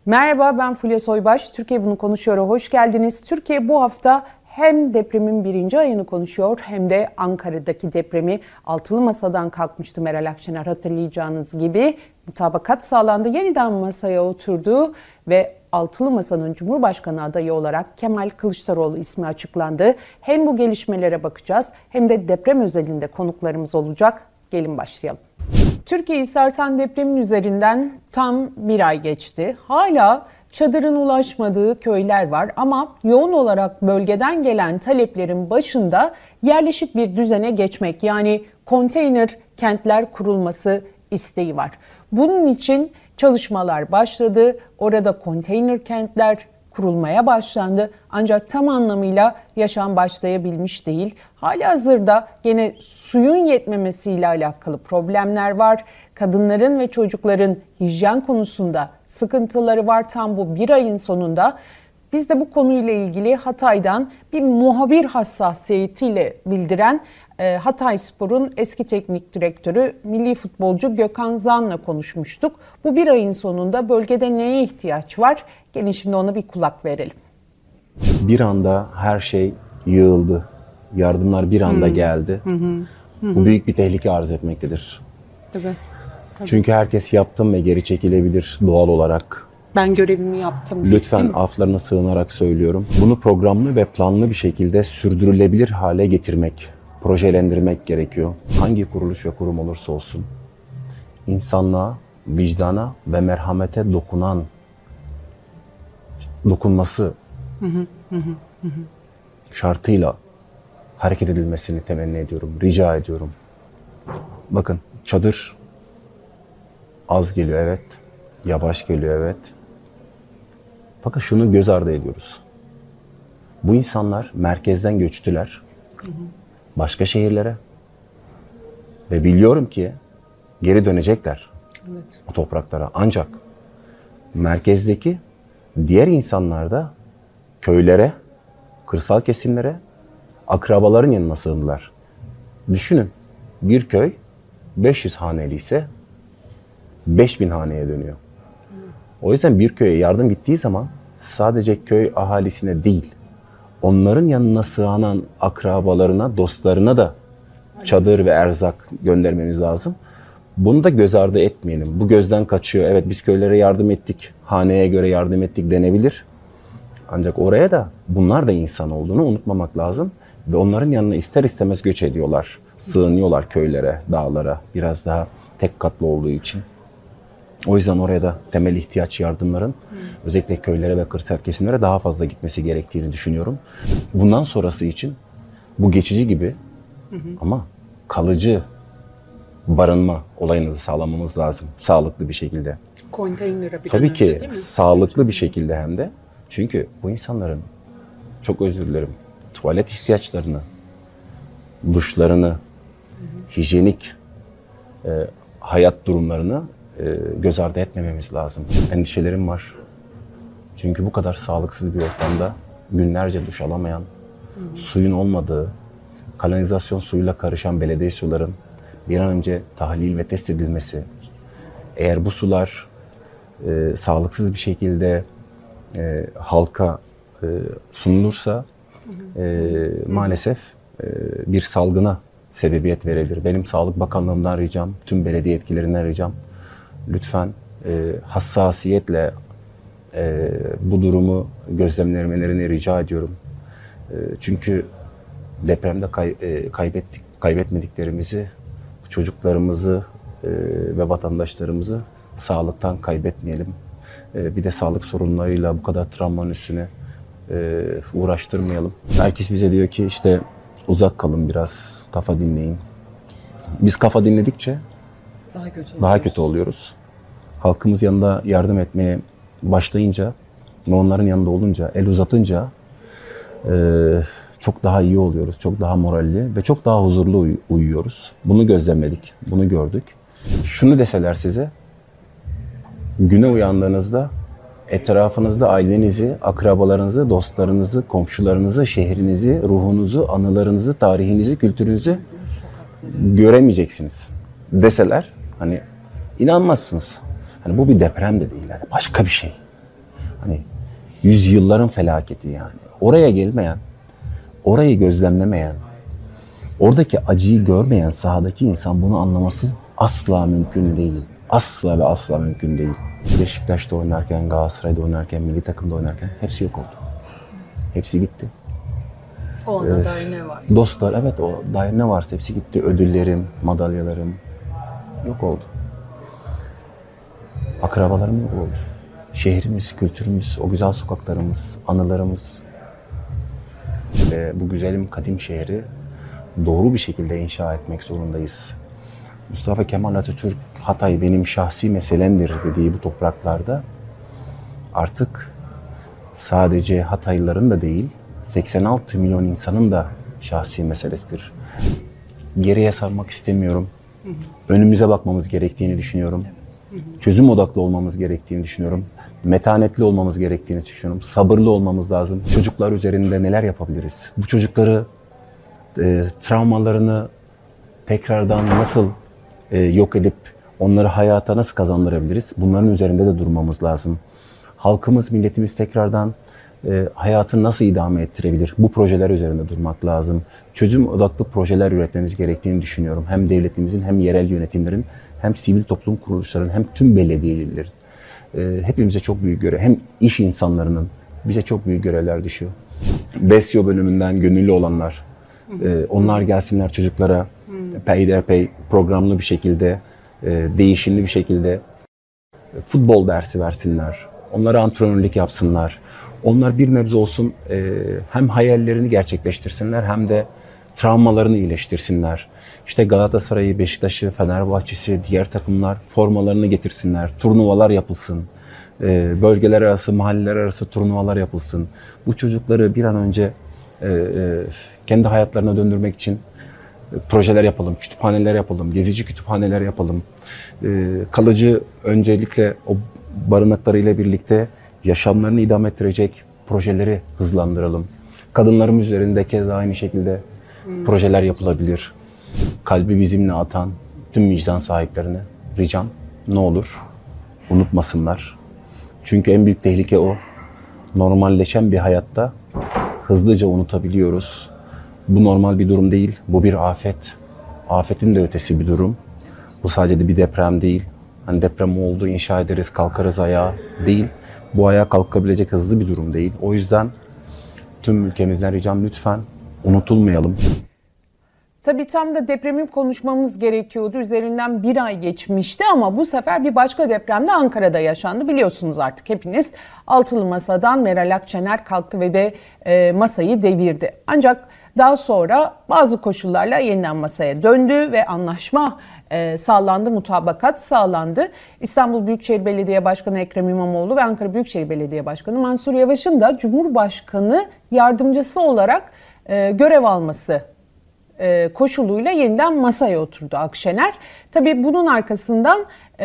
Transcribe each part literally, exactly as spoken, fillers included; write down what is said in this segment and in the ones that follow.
Merhaba, ben Fulya Soybaş. Türkiye Bunu Konuşuyor'a hoş geldiniz. Türkiye bu hafta hem depremin birinci ayını konuşuyor hem de Ankara'daki depremi. Altılı Masa'dan kalkmıştı Meral Akşener, hatırlayacağınız gibi. Mutabakat sağlandı, yeniden masaya oturdu ve Altılı Masa'nın Cumhurbaşkanı adayı olarak Kemal Kılıçdaroğlu ismi açıklandı. Hem bu gelişmelere bakacağız hem de deprem özelinde konuklarımız olacak. Gelin başlayalım. Türkiye'yi sarsan depremin üzerinden tam bir ay geçti. Hala çadırın ulaşmadığı köyler var ama yoğun olarak bölgeden gelen taleplerin başında yerleşik bir düzene geçmek, yani konteyner kentler kurulması isteği var. Bunun için çalışmalar başladı. Orada konteyner kentler kurulmaya başlandı. Ancak tam anlamıyla yaşam başlayabilmiş değil. Halihazırda gene suyun yetmemesiyle alakalı problemler var. Kadınların ve çocukların hijyen konusunda sıkıntıları var tam bu bir ayın sonunda. Biz de bu konuyla ilgili Hatay'dan bir muhabir hassasiyetiyle bildiren e, Hatayspor'un eski teknik direktörü, milli futbolcu Gökhan Zan'la konuşmuştuk. Bu bir ayın sonunda bölgede neye ihtiyaç var? Gelin şimdi ona bir kulak verelim. Bir anda her şey yığıldı. Yardımlar bir anda hmm. geldi. Hı hı. Hı hı. Bu büyük bir tehlike arz etmektedir. Tabii. Tabii. Çünkü herkes yaptım ve geri çekilebilir doğal olarak. Ben görevimi yaptım. Lütfen aflarına sığınarak söylüyorum. Bunu programlı ve planlı bir şekilde sürdürülebilir hale getirmek, projelendirmek gerekiyor. Hangi kuruluş ve kurum olursa olsun, insanlığa, vicdana ve merhamete dokunan, dokunması hı hı, hı hı. şartıyla hareket edilmesini temenni ediyorum, rica ediyorum. Bakın, çadır az geliyor, evet. Yavaş geliyor, evet. Fakat şunu göz ardı ediyoruz. Bu insanlar merkezden göçtüler. Hı hı. Başka şehirlere. Ve biliyorum ki geri dönecekler. Evet. O topraklara. Ancak merkezdeki diğer insanlar da köylere, kırsal kesimlere, akrabaların yanına sığındılar. Düşünün, bir köy beş yüz haneli ise beş bin haneye dönüyor. O yüzden bir köye yardım gittiği zaman sadece köy ahalisine değil, onların yanına sığınan akrabalarına, dostlarına da çadır ve erzak göndermeniz lazım. Bunu da göz ardı etmeyelim. Bu gözden kaçıyor. Evet, biz köylere yardım ettik, haneye göre yardım ettik denebilir. Ancak oraya da bunlar da insan olduğunu unutmamak lazım. Ve onların yanına ister istemez göç ediyorlar. Sığınıyorlar köylere, dağlara, biraz daha tek katlı olduğu için. O yüzden oraya da temel ihtiyaç yardımların hmm. özellikle köylere ve kırsal kesimlere daha fazla gitmesi gerektiğini düşünüyorum. Bundan sonrası için bu geçici gibi hı hı. ama kalıcı barınma olayını da sağlamamız lazım. Sağlıklı bir şekilde. Konteynere bir Tabii ki önce, sağlıklı bir şekilde hem de. Çünkü bu insanların, çok özür dilerim, tuvalet ihtiyaçlarını, duşlarını, hı hı. hijyenik e, hayat durumlarını göz ardı etmememiz lazım. Endişelerim var. Çünkü bu kadar sağlıksız bir ortamda günlerce duş alamayan, hı hı. suyun olmadığı, kanalizasyon suyuyla karışan belediye suların bir an önce tahlil ve test edilmesi, eğer bu sular e, sağlıksız bir şekilde e, halka e, sunulursa e, maalesef e, bir salgına sebebiyet verebilir. Benim Sağlık Bakanlığımdan ricam, tüm belediye yetkililerinden ricam, lütfen e, hassasiyetle e, bu durumu gözlemlemelerini rica ediyorum. E, çünkü depremde kay, e, kaybettik, kaybetmediklerimizi, çocuklarımızı e, ve vatandaşlarımızı sağlıktan kaybetmeyelim. E, bir de sağlık sorunlarıyla bu kadar travmanın üstüne e, uğraştırmayalım. Herkes bize diyor ki işte uzak kalın biraz, kafa dinleyin. Biz kafa dinledikçe Daha kötü, daha kötü oluyoruz. Halkımız yanında yardım etmeye başlayınca ve onların yanında olunca, el uzatınca e, çok daha iyi oluyoruz. Çok daha moralli ve çok daha huzurlu uy- uyuyoruz. Bunu gözlemledik, bunu gördük. Şunu deseler size, güne uyandığınızda etrafınızda ailenizi, akrabalarınızı, dostlarınızı, komşularınızı, şehrinizi, ruhunuzu, anılarınızı, tarihinizi, kültürünüzü göremeyeceksiniz deseler, hani inanmazsınız. Hani bu bir deprem de değil, yani başka bir şey. Hani yüzyılların felaketi yani. Oraya gelmeyen, orayı gözlemlemeyen, oradaki acıyı görmeyen sahadaki insan bunu anlaması asla mümkün değil. Asla ve asla mümkün değil. Beşiktaş'ta oynarken, Galatasaray'da oynarken, milli takımda oynarken hepsi yok oldu. Hepsi gitti. O anda Evet. dair ne varsa. Dostlar, evet, o dair ne varsa hepsi gitti. Ödüllerim, madalyalarım yok oldu. Akrabalarım yok oldu. Şehrimiz, kültürümüz, o güzel sokaklarımız, anılarımız ve bu güzelim kadim şehri doğru bir şekilde inşa etmek zorundayız. Mustafa Kemal Atatürk, Hatay benim şahsi meselemdir dediği bu topraklarda artık sadece Hataylıların da değil, seksen altı milyon insanın da şahsi meselesidir. Geriye sarmak istemiyorum. Önümüze bakmamız gerektiğini düşünüyorum. Çözüm odaklı olmamız gerektiğini düşünüyorum. Metanetli olmamız gerektiğini düşünüyorum. Sabırlı olmamız lazım. Çocuklar üzerinde neler yapabiliriz? Bu çocukları, e, travmalarını tekrardan nasıl e, yok edip onları hayata nasıl kazandırabiliriz? Bunların üzerinde de durmamız lazım. Halkımız, milletimiz tekrardan e, hayatını nasıl idame ettirebilir? Bu projeler üzerinde durmak lazım. Çözüm odaklı projeler üretmemiz gerektiğini düşünüyorum. Hem devletimizin, hem yerel yönetimlerin, hem sivil toplum kuruluşlarının, hem tüm belediyelerin. E, hepimize çok büyük görev, hem iş insanlarının bize çok büyük görevler düşüyor. BESYO bölümünden gönüllü olanlar, e, onlar gelsinler çocuklara peyderpey programlı bir şekilde, e, değişimli bir şekilde futbol dersi versinler. Onlara antrenörlük yapsınlar. Onlar bir nebze olsun e, hem hayallerini gerçekleştirsinler, hem de travmalarını iyileştirsinler. İşte Galatasaray'ı, Beşiktaş'ı, Fenerbahçe'si, diğer takımlar formalarını getirsinler. Turnuvalar yapılsın. E, bölgeler arası, mahalleler arası turnuvalar yapılsın. Bu çocukları bir an önce e, e, kendi hayatlarına döndürmek için e, projeler yapalım, kütüphaneler yapalım, gezici kütüphaneler yapalım. E, kalıcı, öncelikle o barınaklarıyla birlikte yaşamlarını idame ettirecek projeleri hızlandıralım. Kadınlarımız üzerinde keza aynı şekilde hmm. projeler yapılabilir. Kalbi bizimle atan tüm vicdan sahiplerine ricam, ne olur unutmasınlar. Çünkü en büyük tehlike o. Normalleşen bir hayatta hızlıca unutabiliyoruz. Bu normal bir durum değil, bu bir afet. Afetin de ötesi bir durum. Bu sadece bir deprem değil. Hani deprem oldu, inşa ederiz, kalkarız ayağa değil. Bu ayağa kalkabilecek hızlı bir durum değil. O yüzden tüm ülkemizden ricam, lütfen unutulmayalım. Tabii tam da depremi konuşmamız gerekiyordu. Üzerinden bir ay geçmişti ama bu sefer bir başka deprem de Ankara'da yaşandı. Biliyorsunuz artık hepiniz, Altılı Masa'dan Meral Akşener kalktı ve de e, masayı devirdi. Ancak daha sonra bazı koşullarla yeniden masaya döndü ve anlaşma e, sağlandı, mutabakat sağlandı. İstanbul Büyükşehir Belediye Başkanı Ekrem İmamoğlu ve Ankara Büyükşehir Belediye Başkanı Mansur Yavaş'ın da Cumhurbaşkanı yardımcısı olarak e, görev alması koşuluyla yeniden masaya oturdu Akşener. Tabii bunun arkasından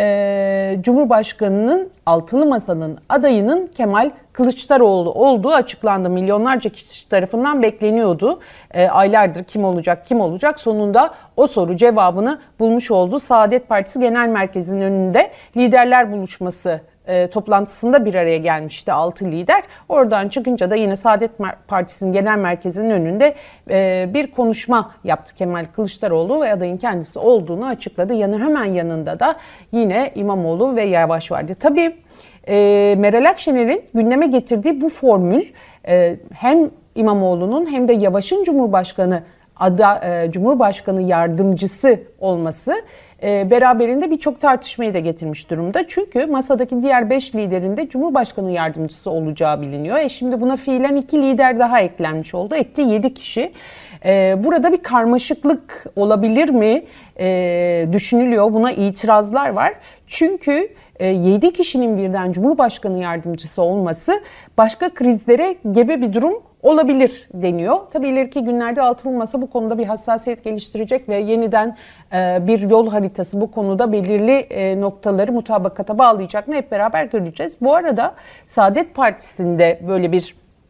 e, Cumhurbaşkanı'nın, Altılı Masa'nın adayının Kemal Kılıçdaroğlu olduğu açıklandı. Milyonlarca kişi tarafından bekleniyordu. E, aylardır kim olacak, kim olacak? Sonunda o soru cevabını bulmuş oldu. Saadet Partisi Genel Merkezi'nin önünde liderler buluşması E, toplantısında bir araya gelmişti altı lider. Oradan çıkınca da yine Saadet Partisi'nin genel merkezinin önünde e, bir konuşma yaptı Kemal Kılıçdaroğlu ve adayın kendisi olduğunu açıkladı. Yanı hemen yanında da yine İmamoğlu ve Yavaş vardı. Tabii e, Meral Akşener'in gündeme getirdiği bu formül e, hem İmamoğlu'nun hem de Yavaş'ın Cumhurbaşkanı Ada, e, Cumhurbaşkanı yardımcısı olması e, beraberinde birçok tartışmayı da getirmiş durumda. Çünkü masadaki diğer beş liderin de Cumhurbaşkanı yardımcısı olacağı biliniyor. E şimdi buna fiilen iki lider daha eklenmiş oldu. Etti yedi kişi. E, burada bir karmaşıklık olabilir mi e, düşünülüyor. Buna itirazlar var. Çünkü yedi kişinin birden Cumhurbaşkanı yardımcısı olması başka krizlere gebe bir durum olabilir deniyor. Tabii ileriki günlerde Altılı Masa bu konuda bir hassasiyet geliştirecek ve yeniden bir yol haritası, bu konuda belirli noktaları mutabakata bağlayacak mı hep beraber göreceğiz. Bu arada Saadet Partisi'nde böyle bir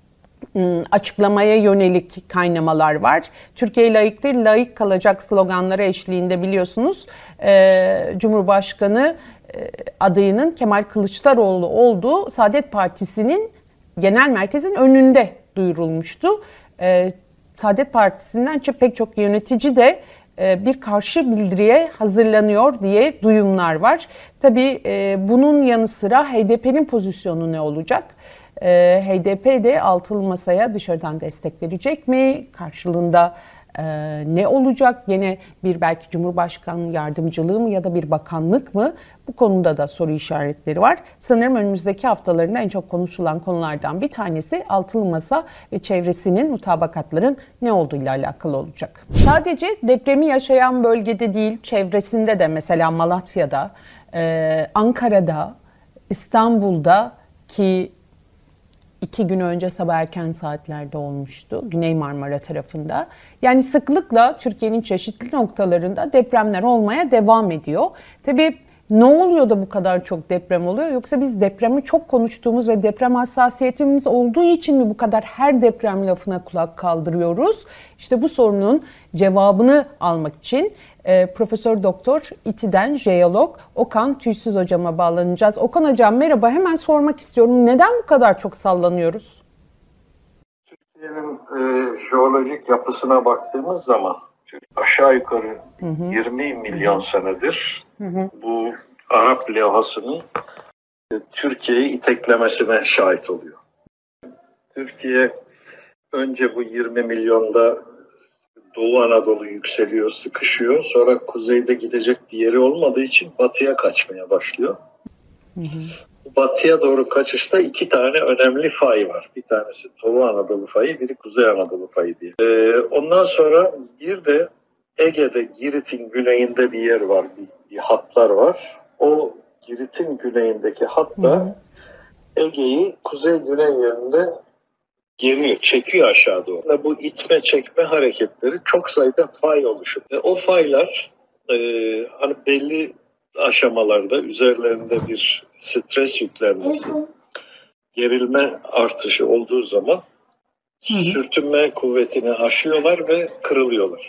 açıklamaya yönelik kaynamalar var. Türkiye layıktır, layık kalacak sloganları eşliğinde biliyorsunuz Cumhurbaşkanı adayının Kemal Kılıçdaroğlu olduğu Saadet Partisi'nin genel merkezin önünde duyurulmuştu. E, Saadet Partisi'nden pek çok yönetici de e, bir karşı bildiriye hazırlanıyor diye duyumlar var. Tabii e, bunun yanı sıra H D P'nin pozisyonu ne olacak? E, H D P de altılı masaya dışarıdan destek verecek mi? Karşılığında e, ne olacak? Yine bir belki Cumhurbaşkanı yardımcılığı mı ya da bir bakanlık mı? Bu konuda da soru işaretleri var. Sanırım önümüzdeki haftalarında en çok konuşulan konulardan bir tanesi altılı masa ve çevresinin, mutabakatların ne olduğuyla alakalı olacak. Sadece depremi yaşayan bölgede değil, çevresinde de mesela Malatya'da, e, Ankara'da, İstanbul'da ki iki gün önce sabah erken saatlerde olmuştu Güney Marmara tarafında. Yani sıklıkla Türkiye'nin çeşitli noktalarında depremler olmaya devam ediyor. Tabii ne oluyor da bu kadar çok deprem oluyor? Yoksa biz depremi çok konuştuğumuz ve deprem hassasiyetimiz olduğu için mi bu kadar her deprem lafına kulak kaldırıyoruz? İşte bu sorunun cevabını almak için e, Profesör Doktor İTÜ'den jeolog Okan Tüysüz hocama bağlanacağız. Okan hocam merhaba, hemen sormak istiyorum. Neden bu kadar çok sallanıyoruz? Türkiye'nin e, jeolojik yapısına baktığımız zaman aşağı yukarı hı hı. yirmi milyon senedir hı hı. bu Arap levhasının e, Türkiye'yi iteklemesine şahit oluyor. Türkiye önce bu yirmi milyonda Doğu Anadolu yükseliyor, sıkışıyor. Sonra kuzeyde gidecek bir yeri olmadığı için batıya kaçmaya başlıyor. Hı hı. Batıya doğru kaçışta iki tane önemli fay var. Bir tanesi Doğu Anadolu fayı, biri Kuzey Anadolu fayı diye. Ee, ondan sonra bir de Ege'de Girit'in güneyinde bir yer var, bir, bir hatlar var. O Girit'in güneyindeki hat da Ege'yi kuzey-güney yönünde geriyor, çekiyor aşağı doğru. Ve bu itme çekme hareketleri çok sayıda fay oluşuyor. Ve o faylar e, hani belli aşamalarda üzerlerinde bir stres yüklenmesi, gerilme artışı olduğu zaman hı hı. sürtünme kuvvetini aşıyorlar ve kırılıyorlar.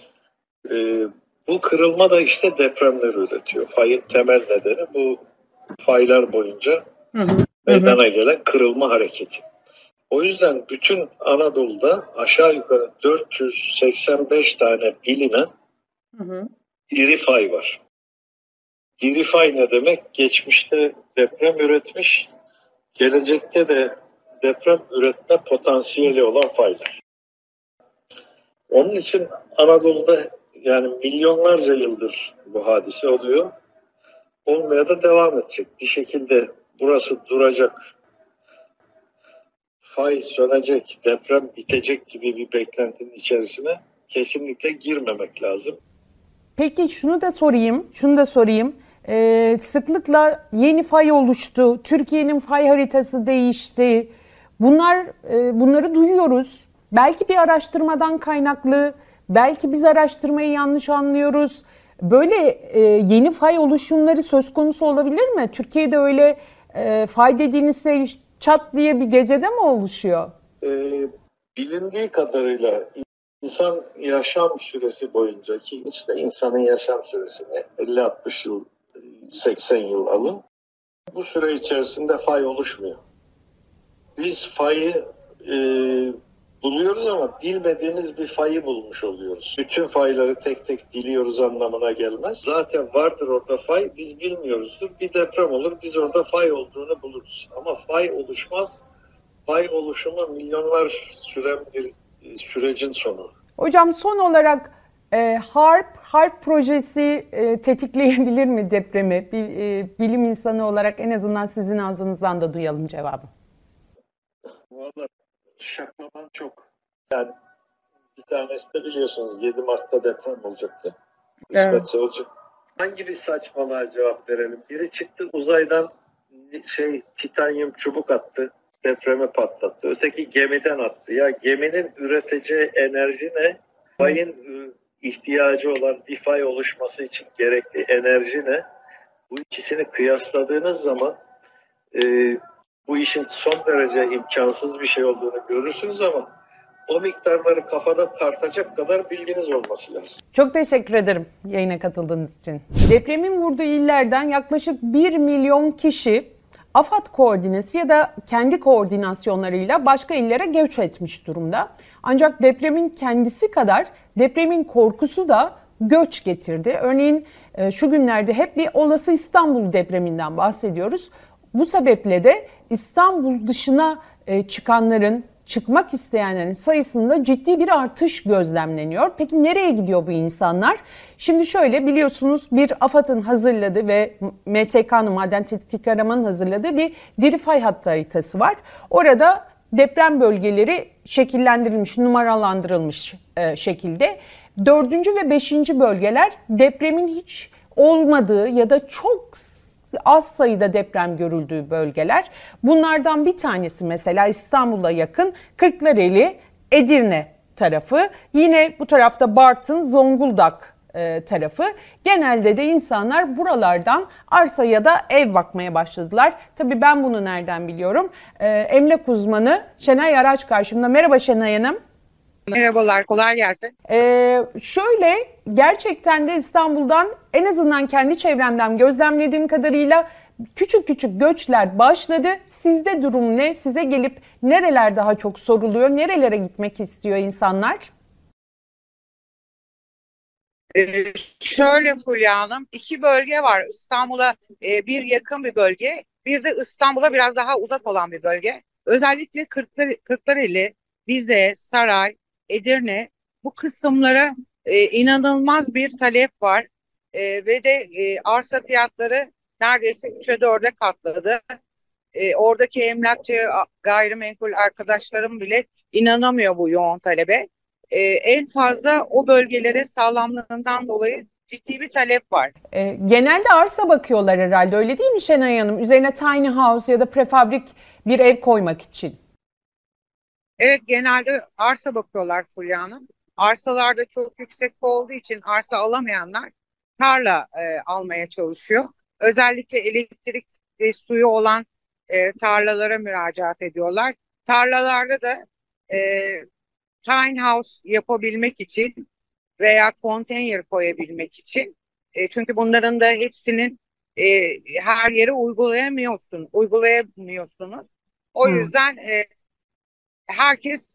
Ee, bu kırılma da işte depremler üretiyor. Fayın temel nedeni bu faylar boyunca hı hı. meydana gelen kırılma hareketi. O yüzden bütün Anadolu'da aşağı yukarı dört yüz seksen beş tane bilinen hı hı. iri fay var. İri fay ne demek? Geçmişte deprem üretmiş, gelecekte de deprem üretme potansiyeli olan faylar. Onun için Anadolu'da yani milyonlarca yıldır bu hadise oluyor. Olmaya da devam edecek. Bir şekilde burası duracak, fay sönecek, deprem bitecek gibi bir beklentinin içerisine kesinlikle girmemek lazım. Peki şunu da sorayım, şunu da sorayım. Ee, sıklıkla yeni fay oluştu, Türkiye'nin fay haritası değişti. Bunlar, e, bunları duyuyoruz. Belki bir araştırmadan kaynaklı, belki biz araştırmayı yanlış anlıyoruz. Böyle e, yeni fay oluşumları söz konusu olabilir mi? Türkiye'de öyle e, fay dediğiniz şey çat diye bir gecede mi oluşuyor? Ee, bilindiği kadarıyla insan yaşam süresi boyunca, ki işte insanın yaşam süresini elli altmış yıl, seksen yıl alın. Bu süre içerisinde fay oluşmuyor. Biz fayı e, buluyoruz ama bilmediğimiz bir fayı bulmuş oluyoruz. Bütün fayları tek tek biliyoruz anlamına gelmez. Zaten vardır orada fay, biz bilmiyoruzdur. Bir deprem olur, biz orada fay olduğunu buluruz. Ama fay oluşmaz. Fay oluşumu milyonlar süren bir sürecin sonu. Hocam son olarak e, HARP, HARP projesi e, tetikleyebilir mi depremi? Bir e, bilim insanı olarak en azından sizin ağzınızdan da duyalım cevabı. Vallahi şaklaman çok. Yani bir tanesi de biliyorsunuz yedi Mart'ta deprem olacaktı. Evet. Olacak. Hangi bir saçmalığa cevap verelim? Biri çıktı uzaydan şey titanyum çubuk attı. Depremi patlattı. Öteki gemiden attı. Ya geminin üreteceği enerji ne? Fayın ihtiyacı olan bir fay oluşması için gerekli enerji ne? Bu ikisini kıyasladığınız zaman e, bu işin son derece imkansız bir şey olduğunu görürsünüz ama O miktarları kafada tartacak kadar bilginiz olması lazım. Çok teşekkür ederim yayına katıldığınız için. Depremin vurduğu illerden yaklaşık bir milyon kişi AFAD koordinesi ya da kendi koordinasyonlarıyla başka illere göç etmiş durumda. Ancak depremin kendisi kadar depremin korkusu da göç getirdi. Örneğin şu günlerde hep bir olası İstanbul depreminden bahsediyoruz. Bu sebeple de İstanbul dışına çıkanların, çıkmak isteyenlerin sayısında ciddi bir artış gözlemleniyor. Peki nereye gidiyor bu insanlar? Şimdi şöyle, biliyorsunuz bir AFAD'ın hazırladığı ve M T K'nın, Maden Tetkik Aramanın hazırladığı bir deri fay hattı haritası var. Orada deprem bölgeleri şekillendirilmiş, numaralandırılmış e, şekilde. Dördüncü ve beşinci bölgeler depremin hiç olmadığı ya da çok az sayıda deprem görüldüğü bölgeler. Bunlardan bir tanesi mesela İstanbul'a yakın Kırklareli, Edirne tarafı. Yine bu tarafta Bartın, Zonguldak e, tarafı. Genelde de insanlar buralardan arsa ya da ev bakmaya başladılar. Tabii ben bunu nereden biliyorum? E, emlak uzmanı Şenay Araç karşımda. Merhaba Şenay Hanım. Merhabalar, kolay gelsin. Ee, şöyle, gerçekten de İstanbul'dan, en azından kendi çevremden gözlemlediğim kadarıyla küçük küçük göçler başladı. Sizde durum ne? Size gelip nereler daha çok soruluyor? Nerelere gitmek istiyor insanlar? Ee, şöyle Fulya Hanım, iki bölge var. İstanbul'a e, bir yakın bir bölge, bir de İstanbul'a biraz daha uzak olan bir bölge. Özellikle Kırklar, Kırklareli, Rize, Saray, Edirne, bu kısımlara e, inanılmaz bir talep var. E, ve de e, arsa fiyatları neredeyse üçe dörde katladı. E, oradaki emlakçı, gayrimenkul arkadaşlarım bile inanamıyor bu yoğun talebe. E, en fazla o bölgelere sağlamlığından dolayı ciddi bir talep var. E, genelde arsa bakıyorlar herhalde, öyle değil mi Şenay Hanım? Üzerine tiny house ya da prefabrik bir ev koymak için. Evet, genelde arsa bakıyorlar Fulya Hanım. Arsalar da çok yüksek olduğu için arsa alamayanlar tarla e, almaya çalışıyor. Özellikle elektrik ve suyu olan e, tarlalara müracaat ediyorlar. Tarlalarda da e, tiny house yapabilmek için veya konteyner koyabilmek için, e, çünkü bunların da hepsinin e, her yere uygulayamıyorsun, uygulayamıyorsunuz. O Hmm. yüzden e, herkes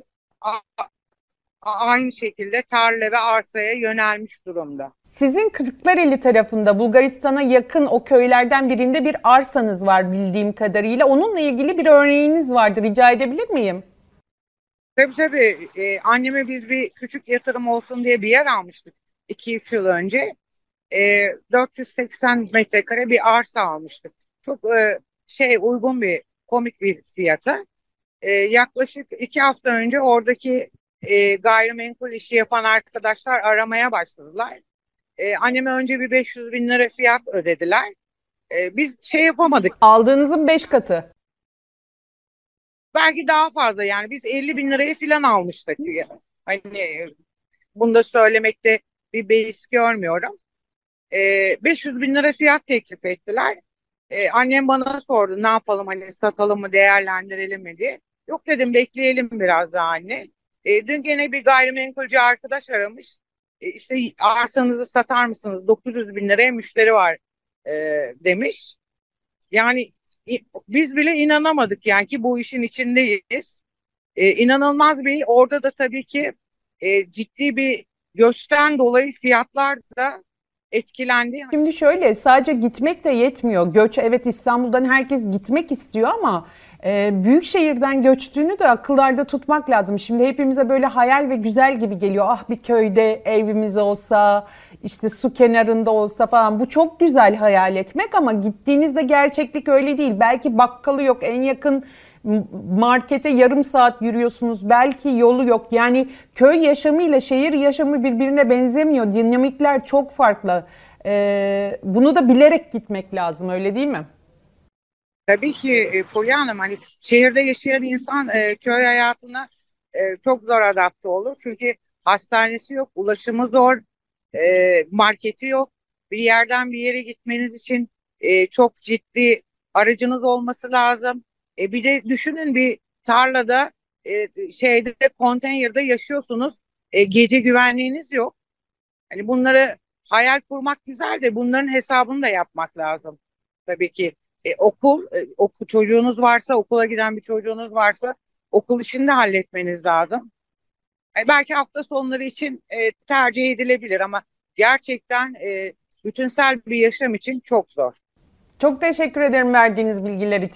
aynı şekilde tarla ve arsaya yönelmiş durumda. Sizin Kırklareli tarafında, Bulgaristan'a yakın o köylerden birinde bir arsanız var bildiğim kadarıyla. Onunla ilgili bir örneğiniz vardı. Rica edebilir miyim? Tabii tabii. Ee, anneme biz bir küçük yatırım olsun diye bir yer almıştık iki üç yıl önce. Ee, dört yüz seksen metrekare bir arsa almıştık. Çok e, şey uygun bir, komik bir fiyata. Ee, yaklaşık iki hafta önce oradaki e, gayrimenkul işi yapan arkadaşlar aramaya başladılar. Ee, anneme önce bir beş yüz bin lira fiyat ödediler. Ee, biz şey yapamadık. Aldığınızın beş katı. Belki daha fazla, yani biz elli bin liraya falan almıştık. Hani bunu da söylemekte bir beis görmüyorum. Ee, beş yüz bin lira fiyat teklif ettiler. Ee, annem bana sordu, ne yapalım, hani satalım mı, değerlendirelim mi diye. Yok dedim, bekleyelim biraz daha anne. Ee, dün gene bir gayrimenkulcü arkadaş aramış. Ee, işte arsanızı satar mısınız? dokuz yüz bin liraya müşteri var e, demiş. Yani biz bile inanamadık yani ki bu işin içindeyiz. Ee, inanılmaz bir, orada da tabii ki e, ciddi bir göçten dolayı fiyatlar da etkilendi. Şimdi şöyle, sadece gitmek de yetmiyor. Göç, evet, İstanbul'dan herkes gitmek istiyor ama e, büyük şehirden göçtüğünü de akıllarda tutmak lazım. Şimdi hepimize böyle hayal ve güzel gibi geliyor. Ah, bir köyde evimiz olsa, işte su kenarında olsa falan. Bu çok güzel hayal etmek ama gittiğinizde gerçeklik öyle değil. Belki bakkalı yok, en yakın markete yarım saat yürüyorsunuz, belki yolu yok. Yani köy yaşamı ile şehir yaşamı birbirine benzemiyor. Dinamikler çok farklı. Ee, bunu da bilerek gitmek lazım, öyle değil mi? Tabii ki e, Fulya Hanım, hani şehirde yaşayan insan e, köy hayatına e, çok zor adapte olur. Çünkü hastanesi yok, ulaşımı zor, e, marketi yok. Bir yerden bir yere gitmeniz için e, çok ciddi aracınız olması lazım. E, bir de düşünün, bir tarlada e, şeyde konteynerde yaşıyorsunuz. E, gece güvenliğiniz yok. Hani bunları hayal kurmak güzel de bunların hesabını da yapmak lazım. Tabii ki e, okul, e, oku, çocuğunuz varsa, okula giden bir çocuğunuz varsa okul işini de halletmeniz lazım. E, belki hafta sonları için e, tercih edilebilir ama gerçekten e, bütünsel bir yaşam için çok zor. Çok teşekkür ederim verdiğiniz bilgiler için.